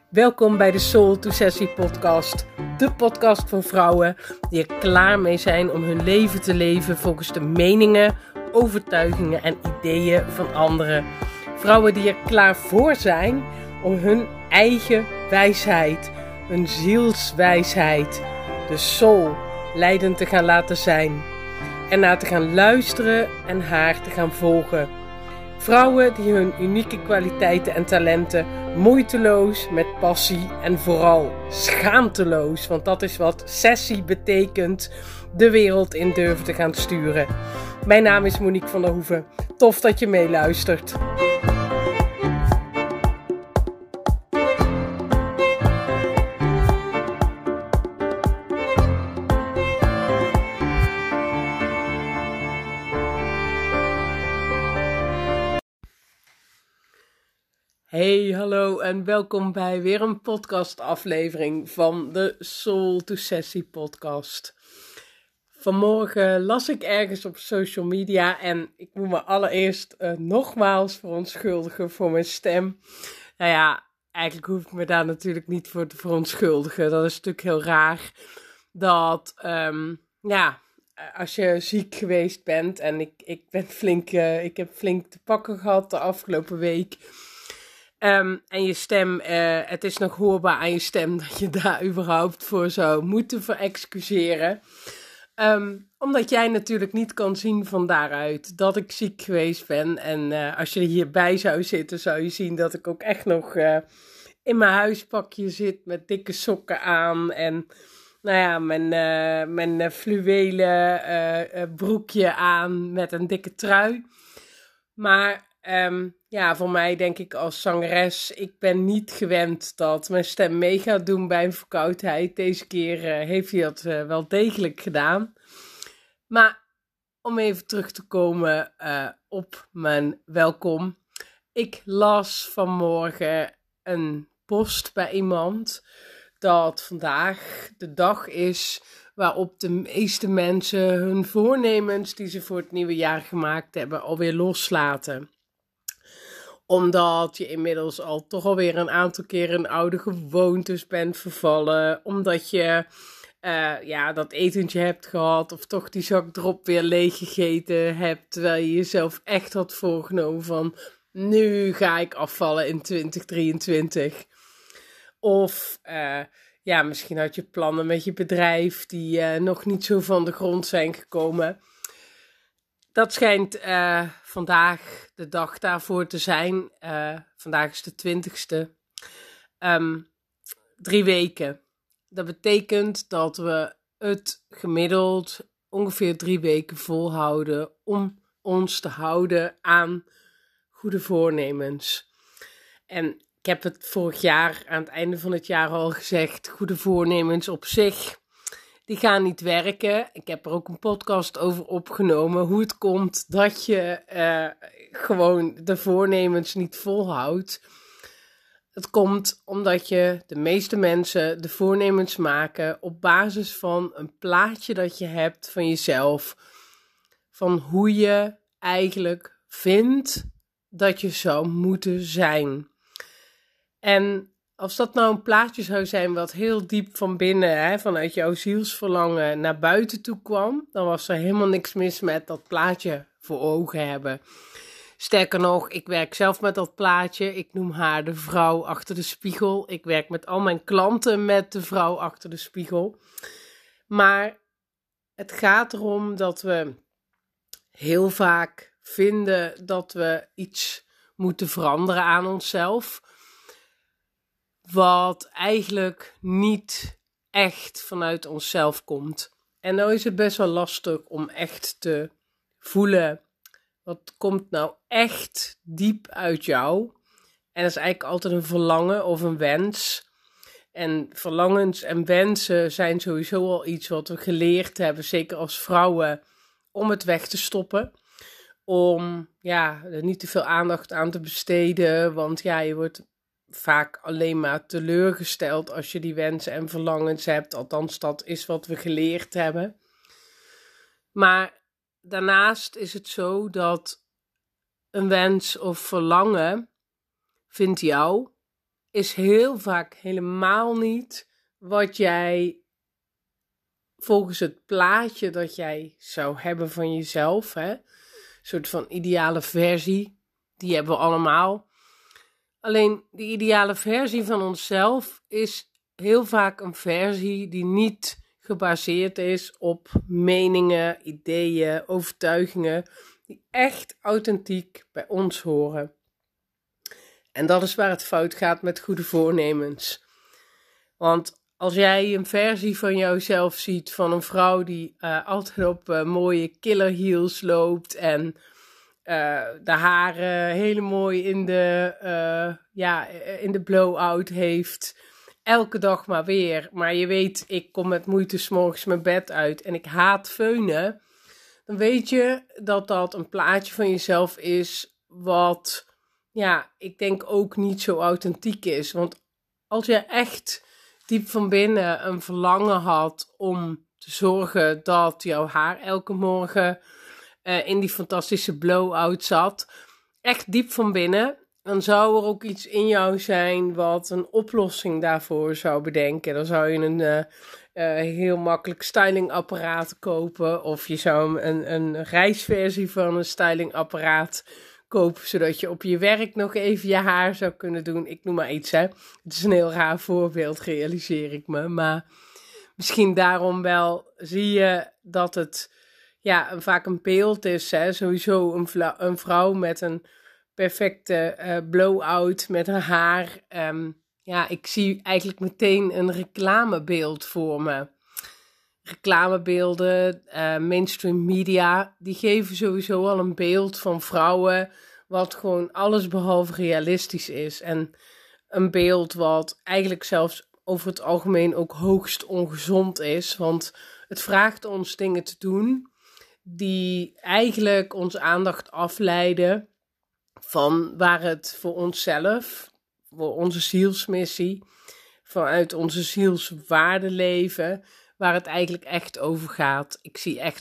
Welkom bij de Soul to Sassy podcast. De podcast voor vrouwen die er klaar mee zijn om hun leven te leven volgens de meningen, overtuigingen en ideeën van anderen. Vrouwen die er klaar voor zijn om hun eigen wijsheid, hun zielswijsheid, de soul, leidend te gaan laten zijn. En naar te gaan luisteren en haar te gaan volgen. Vrouwen die hun unieke kwaliteiten en talenten moeiteloos, met passie en vooral schaamteloos, want dat is wat sassy betekent, de wereld in durven te gaan sturen. Mijn naam is Monique van der Hoeven. Tof dat je meeluistert. Hey, hallo en welkom bij weer een podcastaflevering van de Soul to Sassy podcast. Vanmorgen las ik ergens op social media en ik moet me allereerst nogmaals verontschuldigen voor mijn stem. Nou ja, eigenlijk hoef ik me daar natuurlijk niet voor te verontschuldigen. Dat is natuurlijk heel raar dat, als je ziek geweest bent en ik heb flink te pakken gehad de afgelopen week. En je stem, het is nog hoorbaar aan je stem dat je daar überhaupt voor zou moeten verexcuseren. Omdat jij natuurlijk niet kan zien van daaruit dat ik ziek geweest ben. En als je hierbij zou zitten, zou je zien dat ik ook echt nog in mijn huispakje zit met dikke sokken aan. En mijn fluwelen broekje aan met een dikke trui. Maar voor mij denk ik als zangeres, ik ben niet gewend dat mijn stem mee gaat doen bij een verkoudheid. Deze keer heeft hij dat wel degelijk gedaan. Maar om even terug te komen op mijn welkom. Ik las vanmorgen een post bij iemand dat vandaag de dag is waarop de meeste mensen hun voornemens die ze voor het nieuwe jaar gemaakt hebben alweer loslaten. Omdat je inmiddels al toch alweer een aantal keer in oude gewoontes bent vervallen. Omdat je dat etentje hebt gehad of toch die zak drop weer leeg gegeten hebt. Terwijl je jezelf echt had voorgenomen van nu ga ik afvallen in 2023. Of misschien had je plannen met je bedrijf die nog niet zo van de grond zijn gekomen. Dat schijnt vandaag de dag daarvoor te zijn. Vandaag is de 20ste. 3 weken. Dat betekent dat we het gemiddeld ongeveer 3 weken volhouden om ons te houden aan goede voornemens. En ik heb het vorig jaar aan het einde van het jaar al gezegd, goede voornemens op zich, die gaan niet werken. Ik heb er ook een podcast over opgenomen, hoe het komt dat je gewoon de voornemens niet volhoudt. Het komt omdat je de meeste mensen de voornemens maken op basis van een plaatje dat je hebt van jezelf. Van hoe je eigenlijk vindt dat je zou moeten zijn. En als dat nou een plaatje zou zijn wat heel diep van binnen, vanuit jouw zielsverlangen naar buiten toe kwam, dan was er helemaal niks mis met dat plaatje voor ogen hebben. Sterker nog, ik werk zelf met dat plaatje. Ik noem haar de vrouw achter de spiegel. Ik werk met al mijn klanten met de vrouw achter de spiegel. Maar het gaat erom dat we heel vaak vinden dat we iets moeten veranderen aan onszelf. Wat eigenlijk niet echt vanuit onszelf komt. En nou is het best wel lastig om echt te voelen, wat komt nou echt diep uit jou? En dat is eigenlijk altijd een verlangen of een wens. En verlangens en wensen zijn sowieso al iets wat we geleerd hebben, zeker als vrouwen, om het weg te stoppen. Om er niet te veel aandacht aan te besteden, want je wordt vaak alleen maar teleurgesteld als je die wensen en verlangens hebt. Althans, dat is wat we geleerd hebben. Maar daarnaast is het zo dat een wens of verlangen vindt jou is heel vaak helemaal niet wat jij volgens het plaatje dat jij zou hebben van jezelf, hè? Een soort van ideale versie, die hebben we allemaal. Alleen die ideale versie van onszelf is heel vaak een versie die niet gebaseerd is op meningen, ideeën, overtuigingen, die echt authentiek bij ons horen. En dat is waar het fout gaat met goede voornemens. Want als jij een versie van jouzelf ziet van een vrouw die altijd op mooie killer heels loopt en de haren hele mooi in de blow-out heeft, elke dag maar weer, maar je weet, ik kom met moeite 's morgens mijn bed uit en ik haat feunen, dan weet je dat dat een plaatje van jezelf is wat, ik denk ook niet zo authentiek is. Want als je echt diep van binnen een verlangen had om te zorgen dat jouw haar elke morgen in die fantastische blow-out zat, echt diep van binnen, dan zou er ook iets in jou zijn wat een oplossing daarvoor zou bedenken. Dan zou je een heel makkelijk stylingapparaat kopen, of je zou een reisversie van een stylingapparaat kopen, zodat je op je werk nog even je haar zou kunnen doen. Ik noem maar iets, hè. Het is een heel raar voorbeeld, realiseer ik me. Maar misschien daarom wel zie je dat het vaak een beeld is, hè. Sowieso een vrouw met een perfecte blow-out met haar haar. Ik zie eigenlijk meteen een reclamebeeld voor me. Reclamebeelden, mainstream media, die geven sowieso al een beeld van vrouwen wat gewoon allesbehalve realistisch is. En een beeld wat eigenlijk zelfs over het algemeen ook hoogst ongezond is. Want het vraagt ons dingen te doen die eigenlijk onze aandacht afleiden van waar het voor onszelf, voor onze zielsmissie, vanuit onze zielswaarde leven, waar het eigenlijk echt over gaat. Ik zie echt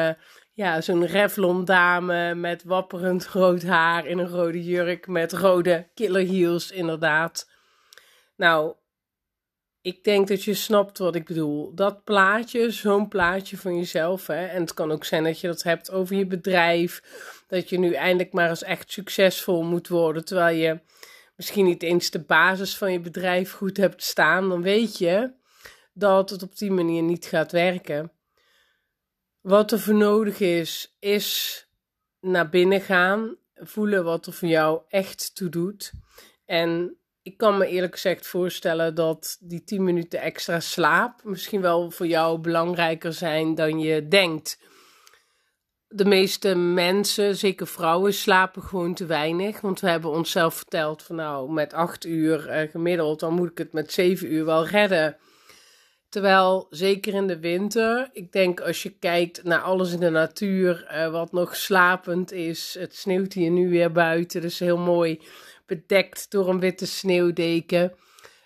zo'n Revlon dame met wapperend rood haar in een rode jurk met rode killer heels, inderdaad. Nou, ik denk dat je snapt wat ik bedoel. Dat plaatje, zo'n plaatje van jezelf, hè, en het kan ook zijn dat je dat hebt over je bedrijf, dat je nu eindelijk maar eens echt succesvol moet worden, terwijl je misschien niet eens de basis van je bedrijf goed hebt staan, dan weet je dat het op die manier niet gaat werken. Wat er voor nodig is naar binnen gaan, voelen wat er voor jou echt toe doet. En ik kan me eerlijk gezegd voorstellen dat die 10 minuten extra slaap misschien wel voor jou belangrijker zijn dan je denkt. De meeste mensen, zeker vrouwen, slapen gewoon te weinig. Want we hebben onszelf verteld van met 8 uur gemiddeld, dan moet ik het met 7 uur wel redden. Terwijl, zeker in de winter, ik denk als je kijkt naar alles in de natuur, wat nog slapend is. Het sneeuwt hier nu weer buiten, dus heel mooi bedekt door een witte sneeuwdeken.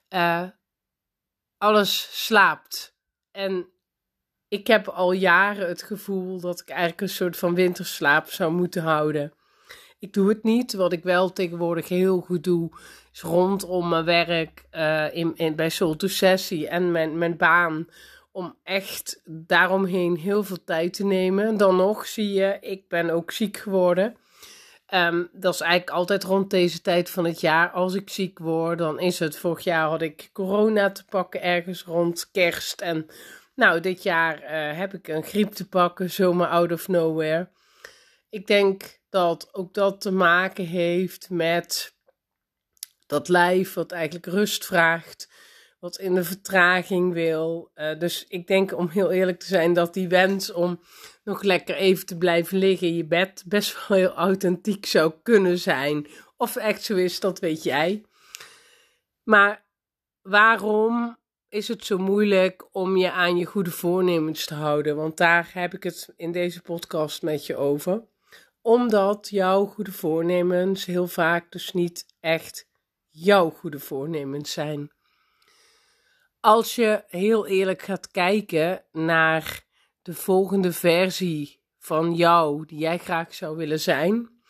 Alles slaapt. En ik heb al jaren het gevoel dat ik eigenlijk een soort van winterslaap zou moeten houden. Ik doe het niet. Wat ik wel tegenwoordig heel goed doe, is rondom mijn werk bij Soul to Sessie en mijn baan, om echt daaromheen heel veel tijd te nemen. Dan nog zie je, ik ben ook ziek geworden. Dat is eigenlijk altijd rond deze tijd van het jaar. Als ik ziek word, dan is het. Vorig jaar had ik corona te pakken ergens rond kerst. En dit jaar heb ik een griep te pakken, zomaar out of nowhere. Ik denk dat ook dat te maken heeft met dat lijf wat eigenlijk rust vraagt, wat in de vertraging wil. Dus ik denk, om heel eerlijk te zijn, dat die wens om nog lekker even te blijven liggen in je bed best wel heel authentiek zou kunnen zijn. Of het echt zo is, dat weet jij. Maar waarom is het zo moeilijk om je aan je goede voornemens te houden? Want daar heb ik het in deze podcast met je over. Omdat jouw goede voornemens heel vaak dus niet echt jouw goede voornemens zijn. Als je heel eerlijk gaat kijken naar de volgende versie van jou die jij graag zou willen zijn,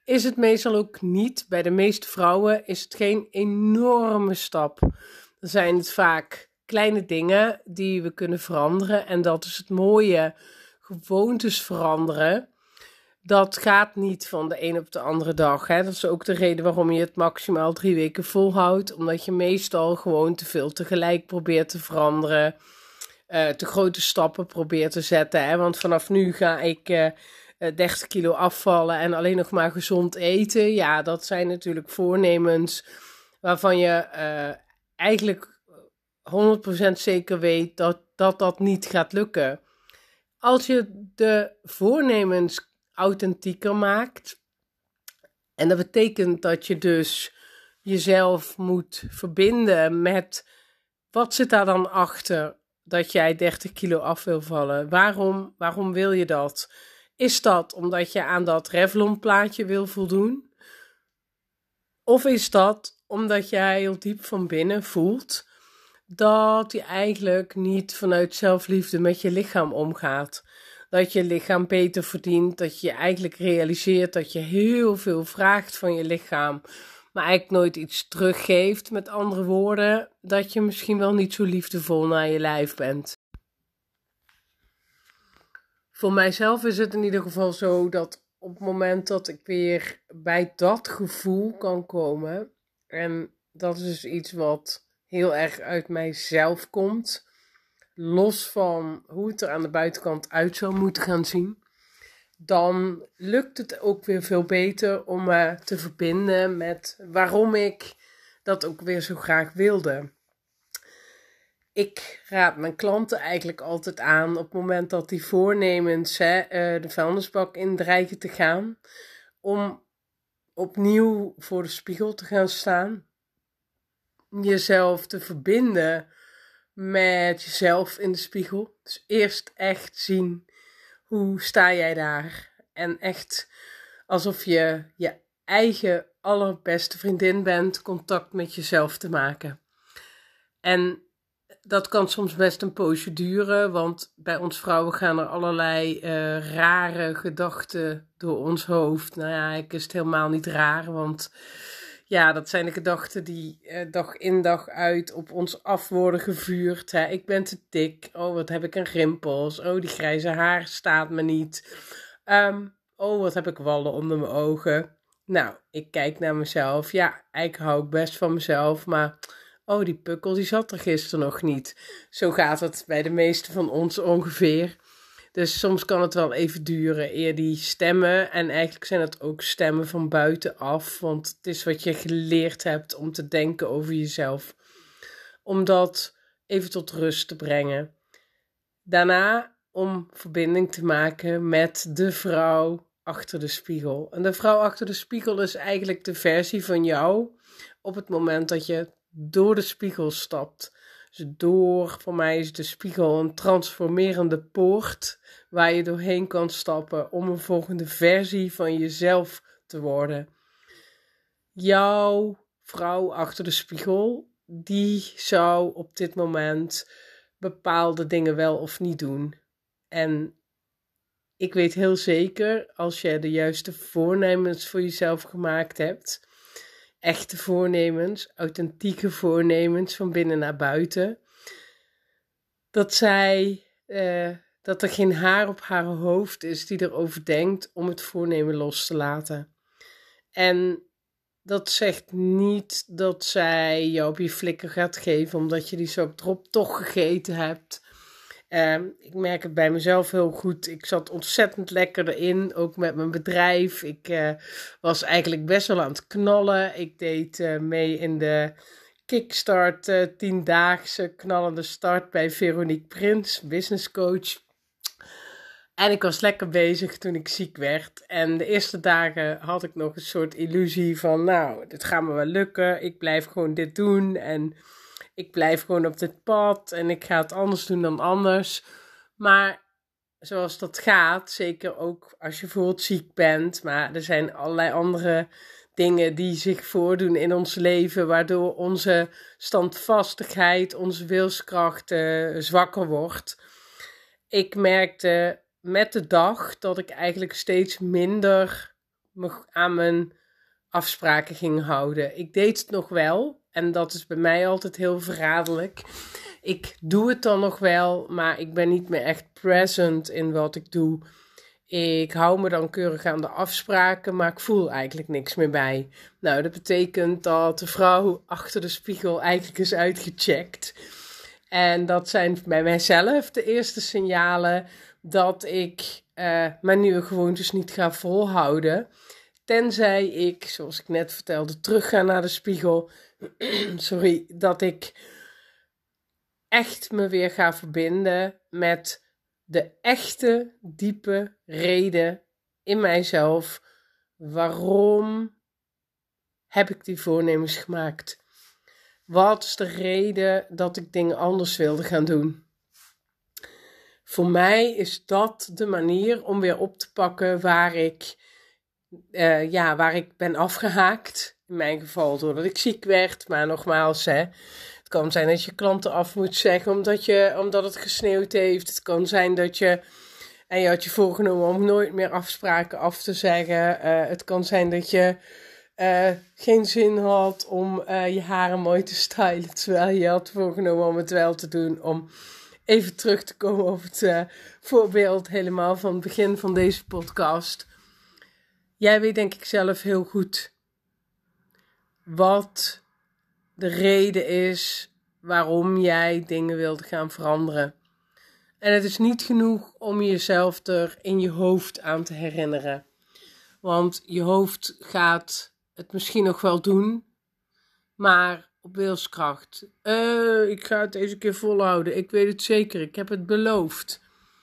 is het meestal ook niet. Bij de meeste vrouwen is het geen enorme stap. Dan zijn het vaak kleine dingen die we kunnen veranderen. En dat is het mooie, gewoontes veranderen. Dat gaat niet van de een op de andere dag. Hè? Dat is ook de reden waarom je het maximaal 3 weken volhoudt. Omdat je meestal gewoon te veel tegelijk probeert te veranderen. Te grote stappen probeert te zetten. Hè? Want vanaf nu ga ik 30 kilo afvallen en alleen nog maar gezond eten. Ja, dat zijn natuurlijk voornemens waarvan je eigenlijk 100% zeker weet dat niet gaat lukken. Als je de voornemens authentieker maakt, en dat betekent dat je dus jezelf moet verbinden met wat zit daar dan achter dat jij 30 kilo af wil vallen? Waarom wil je dat? Is dat omdat je aan dat Revlon-plaatje wil voldoen? Of is dat omdat jij heel diep van binnen voelt dat je eigenlijk niet vanuit zelfliefde met je lichaam omgaat? Dat je lichaam beter verdient, dat je eigenlijk realiseert dat je heel veel vraagt van je lichaam, maar eigenlijk nooit iets teruggeeft. Met andere woorden, dat je misschien wel niet zo liefdevol naar je lijf bent. Voor mijzelf is het in ieder geval zo dat op het moment dat ik weer bij dat gevoel kan komen, en dat is dus iets wat heel erg uit mijzelf komt, los van hoe het er aan de buitenkant uit zou moeten gaan zien, dan lukt het ook weer veel beter om me te verbinden met waarom ik dat ook weer zo graag wilde. Ik raad mijn klanten eigenlijk altijd aan op het moment dat die voornemens de vuilnisbak in dreigen te gaan, om opnieuw voor de spiegel te gaan staan, jezelf te verbinden met jezelf in de spiegel. Dus eerst echt zien, hoe sta jij daar? En echt alsof je je eigen allerbeste vriendin bent, contact met jezelf te maken. En dat kan soms best een poosje duren, want bij ons vrouwen gaan er allerlei rare gedachten door ons hoofd. Nou ja, ik is het helemaal niet raar, want ja, dat zijn de gedachten die dag in dag uit op ons af worden gevuurd. Hè. Ik ben te dik. Oh, wat heb ik een rimpels. Oh, die grijze haar staat me niet. Oh, wat heb ik wallen onder mijn ogen. Nou, ik kijk naar mezelf. Ja, eigenlijk hou ik best van mezelf, maar oh, die pukkel die zat er gisteren nog niet. Zo gaat het bij de meeste van ons ongeveer. Dus soms kan het wel even duren eer die stemmen, en eigenlijk zijn het ook stemmen van buitenaf, want het is wat je geleerd hebt om te denken over jezelf. Om dat even tot rust te brengen. Daarna om verbinding te maken met de vrouw achter de spiegel. En de vrouw achter de spiegel is eigenlijk de versie van jou op het moment dat je door de spiegel stapt. Dus voor mij is de spiegel een transformerende poort waar je doorheen kan stappen om een volgende versie van jezelf te worden. Jouw vrouw achter de spiegel, die zou op dit moment bepaalde dingen wel of niet doen. En ik weet heel zeker, als je de juiste voornemens voor jezelf gemaakt hebt, echte voornemens, authentieke voornemens van binnen naar buiten, dat er geen haar op haar hoofd is die erover denkt om het voornemen los te laten. En dat zegt niet dat zij jou op je flikker gaat geven omdat je die zoutdrop toch gegeten hebt. Ik merk het bij mezelf heel goed. Ik zat ontzettend lekker erin, ook met mijn bedrijf. Ik was eigenlijk best wel aan het knallen. Ik deed mee in de Kickstart 10-daagse knallende start bij Veronique Prins, business coach. En ik was lekker bezig toen ik ziek werd. En de eerste dagen had ik nog een soort illusie van, nou, dit gaat me wel lukken. Ik blijf gewoon dit doen en ik blijf gewoon op dit pad en ik ga het anders doen dan anders. Maar zoals dat gaat, zeker ook als je bijvoorbeeld ziek bent, maar er zijn allerlei andere dingen die zich voordoen in ons leven, waardoor onze standvastigheid, onze wilskracht zwakker wordt. Ik merkte met de dag dat ik eigenlijk steeds minder me aan mijn afspraken ging houden. Ik deed het nog wel en dat is bij mij altijd heel verraderlijk. Ik doe het dan nog wel, maar ik ben niet meer echt present in wat ik doe. Ik hou me dan keurig aan de afspraken, maar ik voel eigenlijk niks meer bij. Nou, dat betekent dat de vrouw achter de spiegel eigenlijk is uitgecheckt. En dat zijn bij mijzelf de eerste signalen dat ik mijn nieuwe gewoontes niet ga volhouden. Tenzij ik, zoals ik net vertelde, terug ga naar de spiegel. Sorry, dat ik echt me weer ga verbinden met de echte, diepe reden in mijzelf. Waarom heb ik die voornemens gemaakt? Wat is de reden dat ik dingen anders wilde gaan doen? Voor mij is dat de manier om weer op te pakken waar ik ben afgehaakt. In mijn geval doordat ik ziek werd, maar nogmaals, het kan zijn dat je klanten af moet zeggen omdat het gesneeuwd heeft. Het kan zijn dat je had je voorgenomen om nooit meer afspraken af te zeggen. Het kan zijn dat je geen zin had om je haren mooi te stylen, terwijl je had voorgenomen om het wel te doen. Om even terug te komen op het voorbeeld helemaal van het begin van deze podcast. Jij weet denk ik zelf heel goed wat de reden is waarom jij dingen wilde gaan veranderen. En het is niet genoeg om jezelf er in je hoofd aan te herinneren. Want je hoofd gaat het misschien nog wel doen, maar op wilskracht. Ik ga het deze keer volhouden. Ik weet het zeker. Ik heb het beloofd.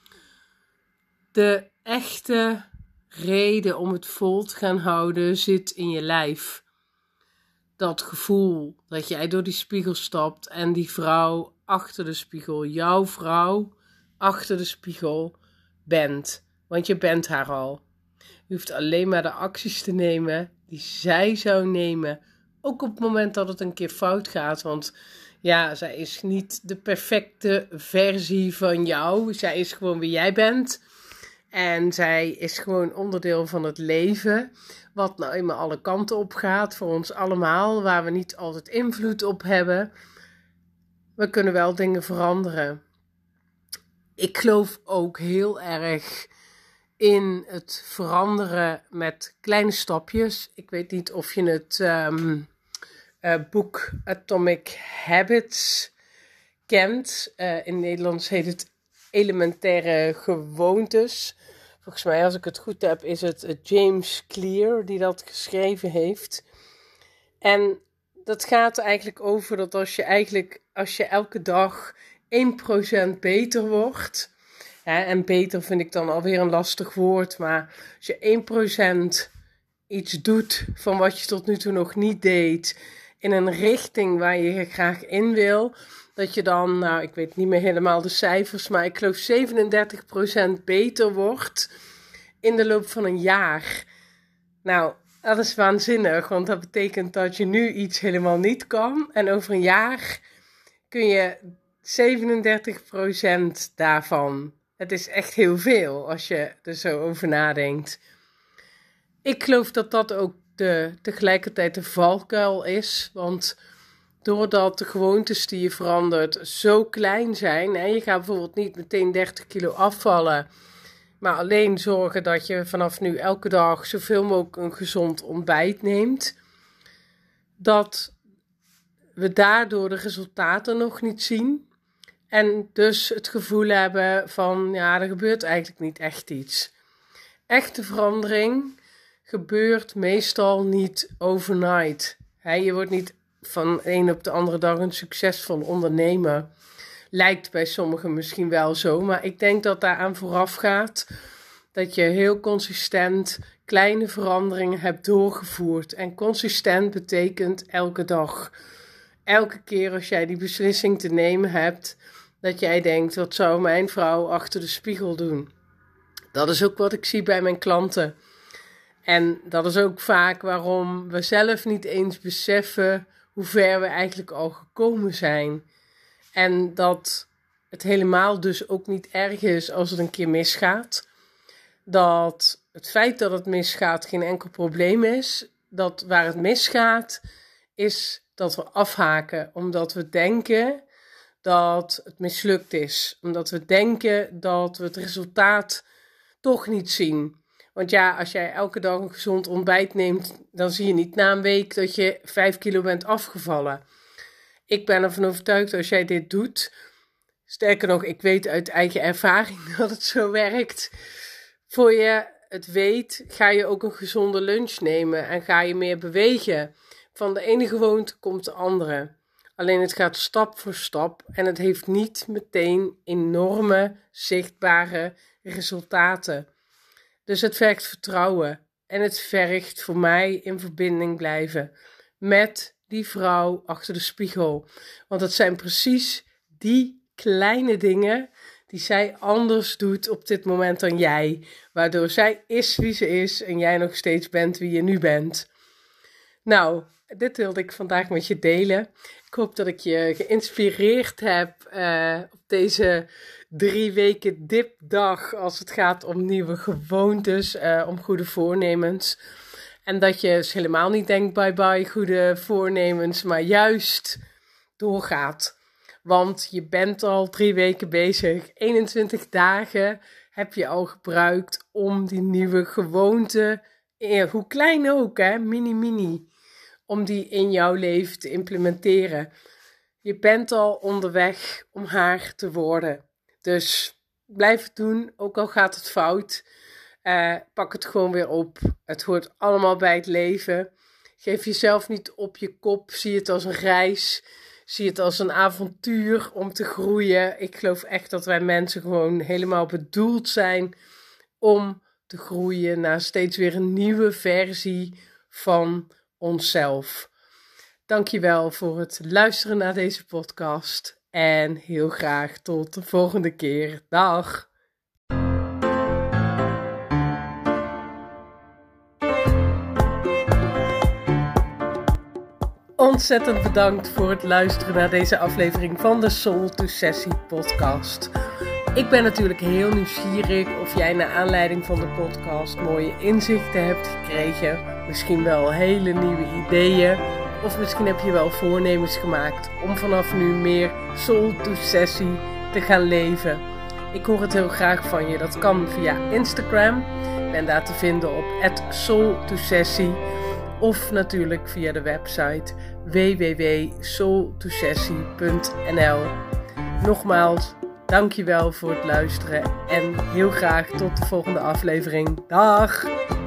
De echte reden om het vol te gaan houden zit in je lijf. Dat gevoel dat jij door die spiegel stapt en die vrouw achter de spiegel, jouw vrouw achter de spiegel bent. Want je bent haar al. Je hoeft alleen maar de acties te nemen die zij zou nemen. Ook op het moment dat het een keer fout gaat. Want ja, zij is niet de perfecte versie van jou. Zij is gewoon wie jij bent. En zij is gewoon onderdeel van het leven. Wat nou eenmaal alle kanten op gaat voor ons allemaal. Waar we niet altijd invloed op hebben. We kunnen wel dingen veranderen. Ik geloof ook heel erg in het veranderen met kleine stapjes. Ik weet niet of je het boek Atomic Habits kent. In Nederlands heet het Elementaire Gewoontes. Volgens mij, als ik het goed heb, is het James Clear die dat geschreven heeft. En dat gaat eigenlijk over dat als je elke dag 1% beter wordt. En beter vind ik dan alweer een lastig woord. Maar als je 1% iets doet van wat je tot nu toe nog niet deed. In een richting waar je graag in wil. Dat je dan, ik weet niet meer helemaal de cijfers. Maar ik geloof 37% beter wordt in de loop van een jaar. Nou, dat is waanzinnig. Want dat betekent dat je nu iets helemaal niet kan. En over een jaar kun je 37% daarvan. Het is echt heel veel als je er zo over nadenkt. Ik geloof dat dat ook tegelijkertijd de valkuil is. Want doordat de gewoontes die je verandert zo klein zijn. Je gaat bijvoorbeeld niet meteen 30 kilo afvallen. Maar alleen zorgen dat je vanaf nu elke dag zoveel mogelijk een gezond ontbijt neemt. Dat we daardoor de resultaten nog niet zien. En dus het gevoel hebben van, er gebeurt eigenlijk niet echt iets. Echte verandering gebeurt meestal niet overnight. Je wordt niet van de een op de andere dag een succesvol ondernemer. Lijkt bij sommigen misschien wel zo, maar ik denk dat daaraan vooraf gaat dat je heel consistent kleine veranderingen hebt doorgevoerd. En consistent betekent elke dag. Elke keer als jij die beslissing te nemen hebt, dat jij denkt, wat zou mijn vrouw achter de spiegel doen? Dat is ook wat ik zie bij mijn klanten. En dat is ook vaak waarom we zelf niet eens beseffen hoe ver we eigenlijk al gekomen zijn. En dat het helemaal dus ook niet erg is als het een keer misgaat. Dat het feit dat het misgaat geen enkel probleem is. Dat waar het misgaat is dat we afhaken omdat we denken dat het mislukt is. Omdat we denken dat we het resultaat toch niet zien. Want ja, als jij elke dag een gezond ontbijt neemt, dan zie je niet na een week dat je 5 kilo bent afgevallen. Ik ben ervan overtuigd als jij dit doet, sterker nog, ik weet uit eigen ervaring dat het zo werkt. Voor je het weet, ga je ook een gezonde lunch nemen en ga je meer bewegen. Van de ene gewoonte komt de andere. Alleen het gaat stap voor stap en het heeft niet meteen enorme, zichtbare resultaten. Dus het vergt vertrouwen en het vergt voor mij in verbinding blijven met die vrouw achter de spiegel. Want het zijn precies die kleine dingen die zij anders doet op dit moment dan jij. Waardoor zij is wie ze is en jij nog steeds bent wie je nu bent. Nou, dit wilde ik vandaag met je delen. Ik hoop dat ik je geïnspireerd heb op deze 3 weken dipdag als het gaat om nieuwe gewoontes, om goede voornemens. En dat je dus helemaal niet denkt bye bye goede voornemens, maar juist doorgaat. Want je bent al 3 weken bezig, 21 dagen heb je al gebruikt om die nieuwe gewoonte, hoe klein ook hè, mini, om die in jouw leven te implementeren. Je bent al onderweg om haar te worden. Dus blijf het doen, ook al gaat het fout. Pak het gewoon weer op. Het hoort allemaal bij het leven. Geef jezelf niet op je kop. Zie het als een reis. Zie het als een avontuur om te groeien. Ik geloof echt dat wij mensen gewoon helemaal bedoeld zijn om te groeien naar steeds weer een nieuwe versie van onszelf. Dankjewel voor het luisteren naar deze podcast en heel graag tot de volgende keer. Dag! Ontzettend bedankt voor het luisteren naar deze aflevering van de Soul to Sessie podcast. Ik ben natuurlijk heel nieuwsgierig of jij naar aanleiding van de podcast mooie inzichten hebt gekregen. Misschien wel hele nieuwe ideeën. Of misschien heb je wel voornemens gemaakt om vanaf nu meer Soul to Sessie te gaan leven. Ik hoor het heel graag van je. Dat kan via Instagram. Ik ben daar te vinden op @soul2sessie. Of natuurlijk via de website www.soul2sessie.nl. Nogmaals, dankjewel voor het luisteren en heel graag tot de volgende aflevering. Dag!